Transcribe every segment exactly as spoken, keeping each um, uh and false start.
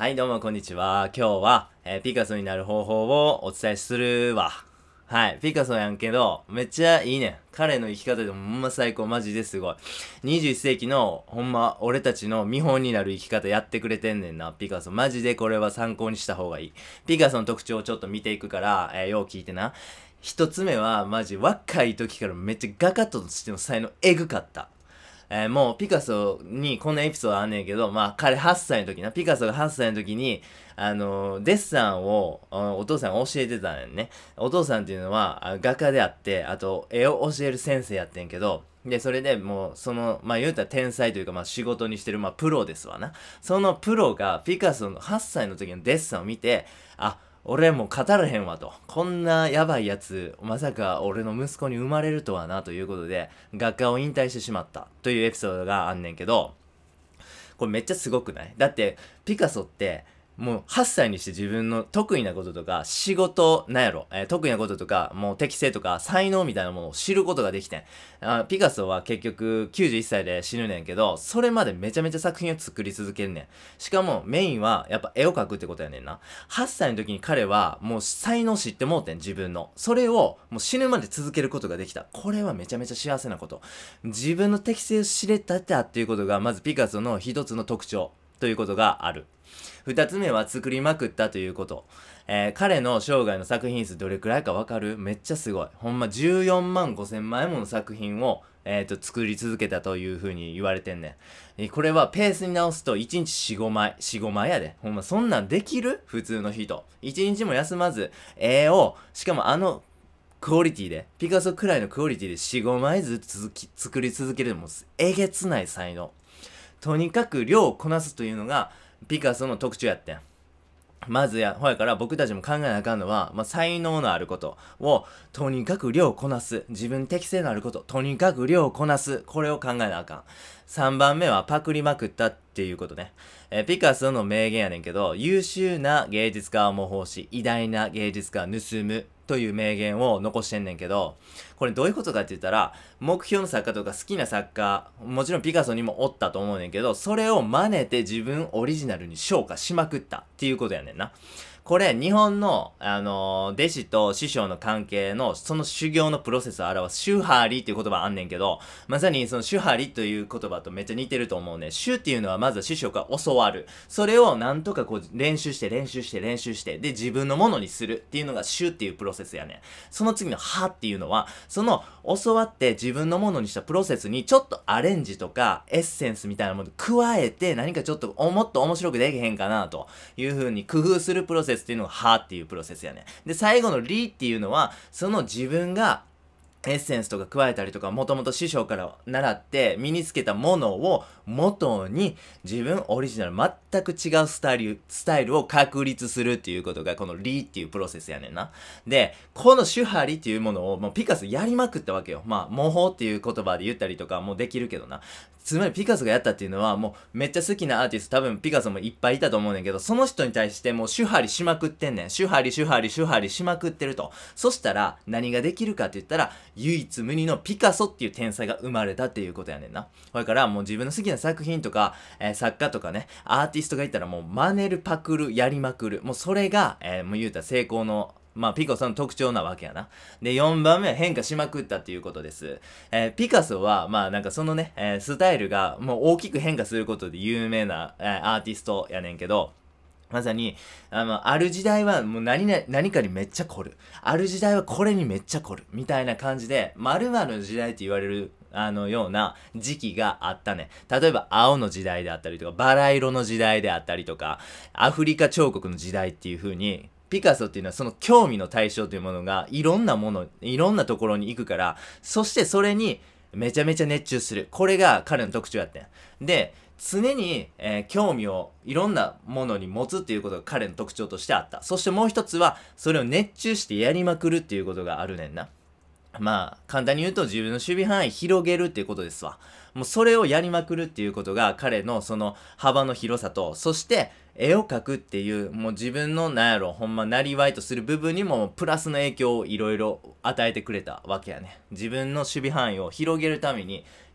はい、どうもこんにちは。今日は、えーピカソになる方法をお伝えするわ。はい、ピカソやんけど、めっちゃいいねん。彼の生き方でもほんま最高、マジですごい。にじゅういっ世紀の、ほんま、俺たちの見本になる生き方やってくれてんねんな、ピカソ。マジでこれは参考にした方がいい。ピカソの特徴をちょっと見ていくから、えーよう聞いてな。一つ目は、マジ、若い時からめっちゃ画家としての才能エグかった。えーもうピカソにこんなエピソードあんねんけど、まあ彼はっさいの時な、ピカソがはっさいの時に、あのーデッサンをあお父さんが教えてたんやんね。お父さんっていうのはあ画家であって、あと絵を教える先生やってんけど、で、それでもう、その、まあ言うたら天才というか、まあ仕事にしてる、まあプロですわな。そのプロがピカソのはっさいの時のデッサンを見て、あ、俺もう語らへんわと。こんなやばいやつ、まさか俺の息子に生まれるとはなということで、画家を引退してしまったというエピソードがあんねんけど、これめっちゃすごくない？だって、ピカソって、もうはっさいにして自分の得意なこととか、仕事、なんやろ、えー得意なこととか、もう適性とか、才能みたいなものを知ることができてん。あピカソは結局きゅうじゅういっさいで死ぬねんけど、それまでめちゃめちゃ作品を作り続けんねん。しかもメインはやっぱ絵を描くってことやねんな。はっさいの時に彼はもう才能知ってもうてん、自分の。それをもう死ぬまで続けることができた。これはめちゃめちゃ幸せなこと。自分の適性を知れたっていうことがまずピカソの一つの特徴ということがある。二つ目は作りまくったということ。えー彼の生涯の作品数どれくらいかわかる？めっちゃすごい。ほんまじゅうよんまんごせんまいもの作品を、えーと、作り続けたという風に言われてんねん。えーこれはペースに直すといちにちよん、ごまい。よん、ごまいやで。ほんまそんなんできる？普通の人。いちにちも休まず、絵を、しかもあの、クオリティで、ピカソくらいのクオリティでよん、ごまいずつ続き作り続けるのもえげつない才能。とにかく量をこなすというのがピカソの特徴やってん。まずや、ほやから僕たちも考えなあかんのは、まあ、才能のあることを、とにかく量をこなす。自分に適性のあること、とにかく量をこなす。これを考えなあかん。さんばんめはパクりまくったっていうことね。えーピカソの名言やねんけど、優秀な芸術家は模倣し、偉大な芸術家は盗む。という名言を残してんねんけど、これどういうことかって言ったら、目標の作家とか好きな作家、もちろんピカソにもおったと思うねんけど、それを真似て自分オリジナルに昇華しまくったっていうことやねんな。これ、日本の、あのー弟子と師匠の関係の、その修行のプロセスを表す、シュハリっていう言葉あんねんけど、まさにそのシュハリという言葉とめっちゃ似てると思うね。シュっていうのはまず師匠から教わる。それをなんとかこう練習して練習して練習して、で自分のものにするっていうのがシュっていうプロセスやねん。その次のハっていうのは、その教わって自分のものにしたプロセスにちょっとアレンジとかエッセンスみたいなものを加えて何かちょっともっと面白くできへんかなという風に工夫するプロセスっていうのがハっていうプロセスやねん。で、最後のリっていうのは、その自分がエッセンスとか加えたりとか、もともと師匠から習って身につけたものを元に自分オリジナル全く違うスタイル、スタイルを確立するっていうことがこのリーっていうプロセスやねんな。で、この手張りっていうものをもうピカソやりまくったわけよ。まあ、模倣っていう言葉で言ったりとかもできるけどな。つまりピカソがやったっていうのはもうめっちゃ好きなアーティスト多分ピカソもいっぱいいたと思うねんけど、その人に対してもう手張りしまくってんねん。手張り手張り手張りしまくってると。そしたら何ができるかって言ったら唯一無二のピカソっていう天才が生まれたっていうことやねんな。だからもう自分の好きな作品とか、えー作家とかね、アーティストがいたらもう真似るパクるやりまくる。もうそれが、えーもう言うたら成功のまあ、ピカソの特徴なわけやな。で、よんばんめは変化しまくったっていうことです。えーピカソは、まあなんかそのね、えースタイルがもう大きく変化することで有名な、えーアーティストやねんけど、まさに、あの、ある時代はもう何々、何かにめっちゃ凝る。ある時代はこれにめっちゃ凝る。みたいな感じで、〇〇の時代って言われる、あの、ような時期があったね。例えば、青の時代であったりとか、バラ色の時代であったりとか、アフリカ彫刻の時代っていう風に、ピカソっていうのはその興味の対象というものがいろんなもの、いろんなところに行くから、そしてそれにめちゃめちゃ熱中する。これが彼の特徴やってん。で、常に、えー興味をいろんなものに持つっていうことが彼の特徴としてあった。そしてもう一つは、それを熱中してやりまくるっていうことがあるねんな。まあ、簡単に言うと自分の守備範囲広げるっていうことですわ。もうそれをやりまくるっていうことが彼のその幅の広さと、そして絵を描くっていう、もう自分のなんやろ、ほんまなりわいとする部分にもプラスの影響をいろいろ与えてくれたわけやね。自分の守備範囲を広げるために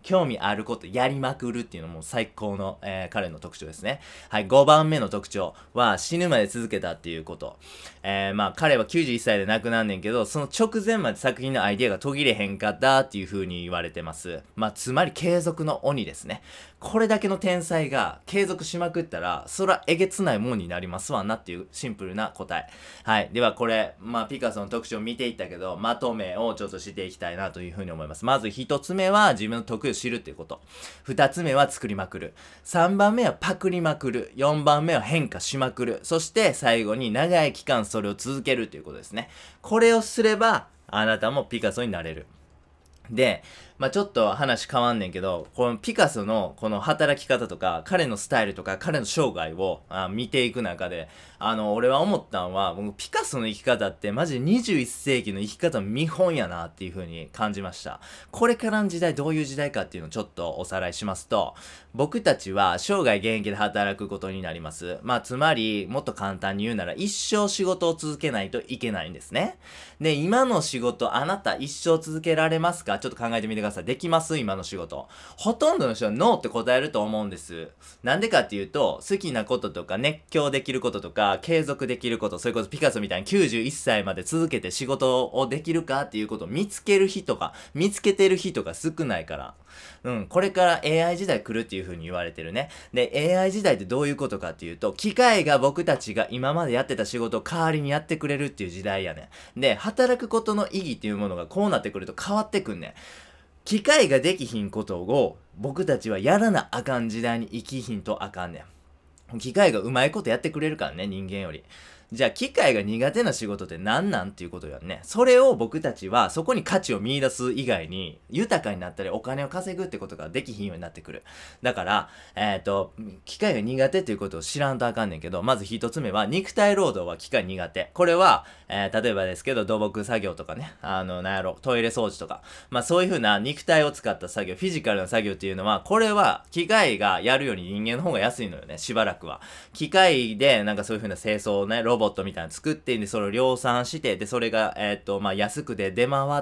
興味あることやりまくるっていうのも最高の、えー、彼の特徴ですね。はい、ごばんめの特徴は死ぬまで続けたっていうこと。えー、まあ彼はきゅうじゅういっさいで亡くなんねんけど、その直前まで作品のアイディアが途切れへんかったっていう風に言われてます。まあつまり継続の鬼ですね。これだけの天才が継続しまくったら、そらえげつないもんになりますわなっていうシンプルな答え。はい。ではこれ、まあピカソの特徴を見ていったけど、まとめをちょっとしていきたいなというふうに思います。まず一つ目は自分の得意を知るっていうこと。二つ目は作りまくる。三番目はパクりまくる。四番目は変化しまくる。そして最後に長い期間それを続けるということですね。これをすれば、あなたもピカソになれる。で、まあちょっと話変わんねんけど、このピカソのこの働き方とか、彼のスタイルとか、彼の生涯をあ見ていく中で、あの、俺は思ったんは、僕ピカソの生き方ってマジでにじゅういっせいきの生き方の見本やなっていう風に感じました。これからの時代どういう時代かっていうのをちょっとおさらいしますと、僕たちは生涯現役で働くことになります。まあつまり、もっと簡単に言うなら一生仕事を続けないといけないんですね。で、今の仕事、あなた一生続けられますか？ちょっと考えてみてください。できます今の仕事。ほとんどの人はノーって答えると思うんです。なんでかっていうと、好きなこととか熱狂できることとか、継続できること、それこそピカソみたいにきゅうじゅういっさいまで続けて仕事をできるかっていうことを見つける人が、見つけてる人が少ないから。うん、これから エーアイ 時代来るっていう風に言われてるね。で、エーアイ 時代ってどういうことかっていうと、機械が僕たちが今までやってた仕事を代わりにやってくれるっていう時代やねん。で、働くことの意義っていうものがこうなってくると変わってくんねん。機械ができひんことを僕たちはやらなあかん時代に生きひんとあかんねん。機械がうまいことやってくれるからね、人間より。じゃあ機械が苦手な仕事って何なんっていうことやんね。それを僕たちはそこに価値を見出す以外に豊かになったりお金を稼ぐってことができひんようになってくる。だから、えっと、機械が苦手っていうことを知らんとあかんねんけど、まず一つ目は肉体労働は機械苦手。これは、えー、例えばですけど土木作業とかね、あの、なんやろ、トイレ掃除とか、まあそういう風な肉体を使った作業、フィジカルな作業っていうのは、これは機械がやるより人間の方が安いのよね、しばらくは。機械でなんかそういう風な清掃をね、ロボットみたいなの作って、で、それを量産して、で、それが、えーっと、まあ安くで出回って、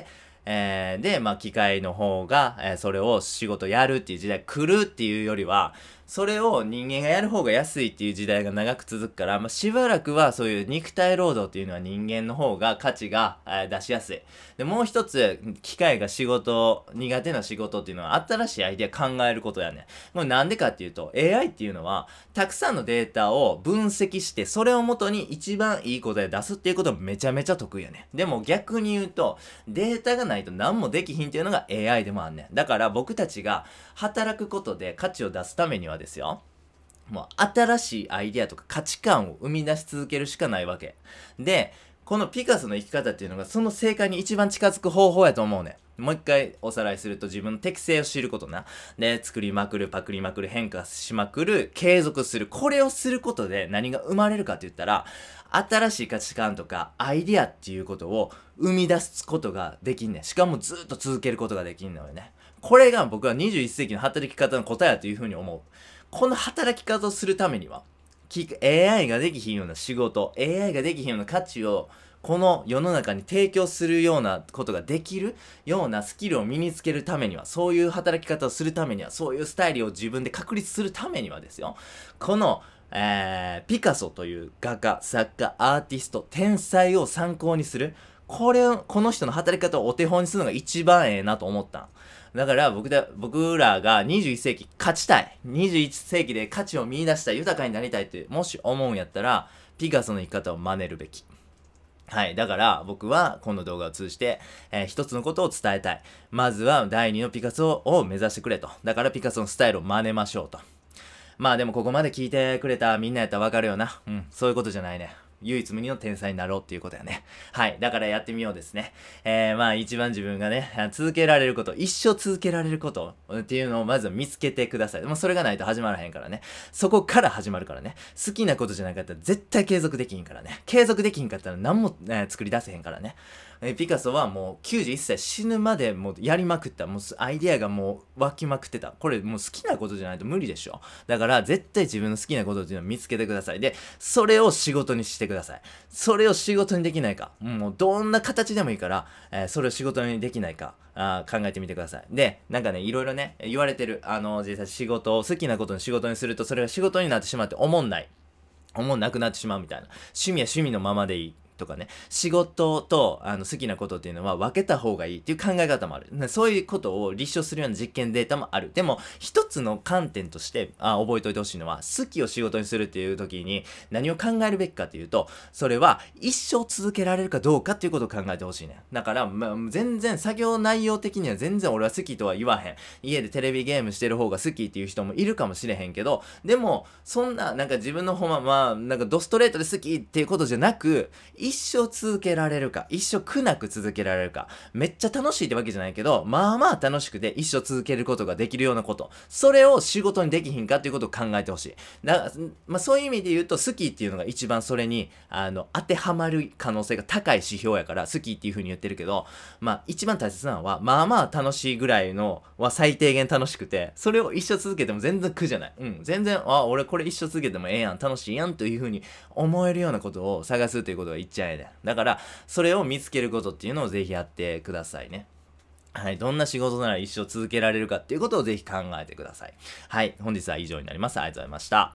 えー、で、まあ機械の方が、えー、それを仕事やるっていう時代来るっていうよりは、それを人間がやる方が安いっていう時代が長く続くから、まあ、しばらくはそういう肉体労働っていうのは人間の方が価値が、えー、出しやすい。で、もう一つ、機械が仕事、苦手な仕事っていうのは新しいアイデア考えることやねん。これなんでかっていうと、エーアイ っていうのは、たくさんのデータを分析して、それをもとに一番いい答え出すっていうことがめちゃめちゃ得意やねん。でも逆に言うと、データがないと何もできひんっていうのが エーアイ でもあんねん。だから僕たちが働くことで価値を出すためにはですよ、もう新しいアイデアとか価値観を生み出し続けるしかないわけで、このピカソの生き方っていうのがその正解に一番近づく方法やと思うねん。もう一回おさらいすると、自分の適性を知ることな。で、作りまくる、パクりまくる、変化しまくる、継続する。これをすることで何が生まれるかって言ったら、新しい価値観とかアイデアっていうことを生み出すことができんねん。しかもずっと続けることができんのよね。これが僕はにじゅういっせいきの働き方の答えだというふうに思う。この働き方をするためには、エーアイ ができひんような仕事、エーアイ ができひんような価値をこの世の中に提供するようなことができるようなスキルを身につけるためには、そういう働き方をするためには、そういうスタイルを自分で確立するためにはですよ、この、えー、ピカソという画家、作家、アーティスト、天才を参考にする。これを、この人の働き方をお手本にするのが一番ええなと思ったん。だから僕だ、僕らがにじゅういっせいき勝ちたい。にじゅういっせいきで価値を見出したい、豊かになりたいって、もし思うんやったら、ピカソの生き方を真似るべき。はい。だから僕はこの動画を通じて、えー、一つのことを伝えたい。まずは第二のピカソを目指してくれと。だからピカソのスタイルを真似ましょうと。まあでもここまで聞いてくれたみんなやったらわかるよな。うん。そういうことじゃないね。唯一無二の天才になろうっていうことやね。はい。だからやってみようですね。えー、まあ一番自分がね、続けられること、一生続けられることっていうのをまずは見つけてください。もうそれがないと始まらへんからね。そこから始まるからね。好きなことじゃなかったら絶対継続できひんからね。継続できひんかったら何も、ね、作り出せへんからね。えピカソはもうきゅうじゅういっさい死ぬまでもうやりまくった。もうアイデアがもう湧きまくってた。これもう好きなことじゃないと無理でしょ。だから絶対自分の好きなことっていうのを見つけてください。で、それを仕事にしてしてください。それを仕事にできないか。もうどんな形でもいいから、えー、それを仕事にできないか。あ考えてみてください。で、なんかね、いろいろね、言われてる。あの、実際仕事を、好きなことに仕事にすると、それが仕事になってしまって、おもんない。おもんなくなってしまうみたいな。趣味は趣味のままでいい。とかね、仕事とあの好きなことっていうのは分けた方がいいっていう考え方もある。そういうことを立証するような実験データもある。でも、一つの観点としてあ覚えておいてほしいのは、好きを仕事にするっていう時に何を考えるべきかっていうと、それは一生続けられるかどうかっていうことを考えてほしいね。だから、まあ、全然作業内容的には全然俺は好きとは言わへん。家でテレビゲームしてる方が好きっていう人もいるかもしれへんけど、でも、そんな、なんか自分の方はまあ、なんかドストレートで好きっていうことじゃなく、一生続けられるか、一生苦なく続けられるか、めっちゃ楽しいってわけじゃないけど、まあまあ楽しくて一生続けることができるようなこと、それを仕事にできひんかっていうことを考えてほしい。だまあそういう意味で言うと、好きっていうのが一番それに、あの、当てはまる可能性が高い指標やから、好きっていう風に言ってるけど、まあ一番大切なのは、まあまあ楽しいぐらいのは最低限楽しくて、それを一生続けても全然苦じゃない。うん、全然、あ、俺これ一生続けてもええやん、楽しいやんという風に思えるようなことを探すということが言っちゃえねん。だから、それを見つけることっていうのをぜひやってくださいね。はい。どんな仕事なら一生続けられるかっていうことをぜひ考えてください。はい。本日は以上になります。ありがとうございました。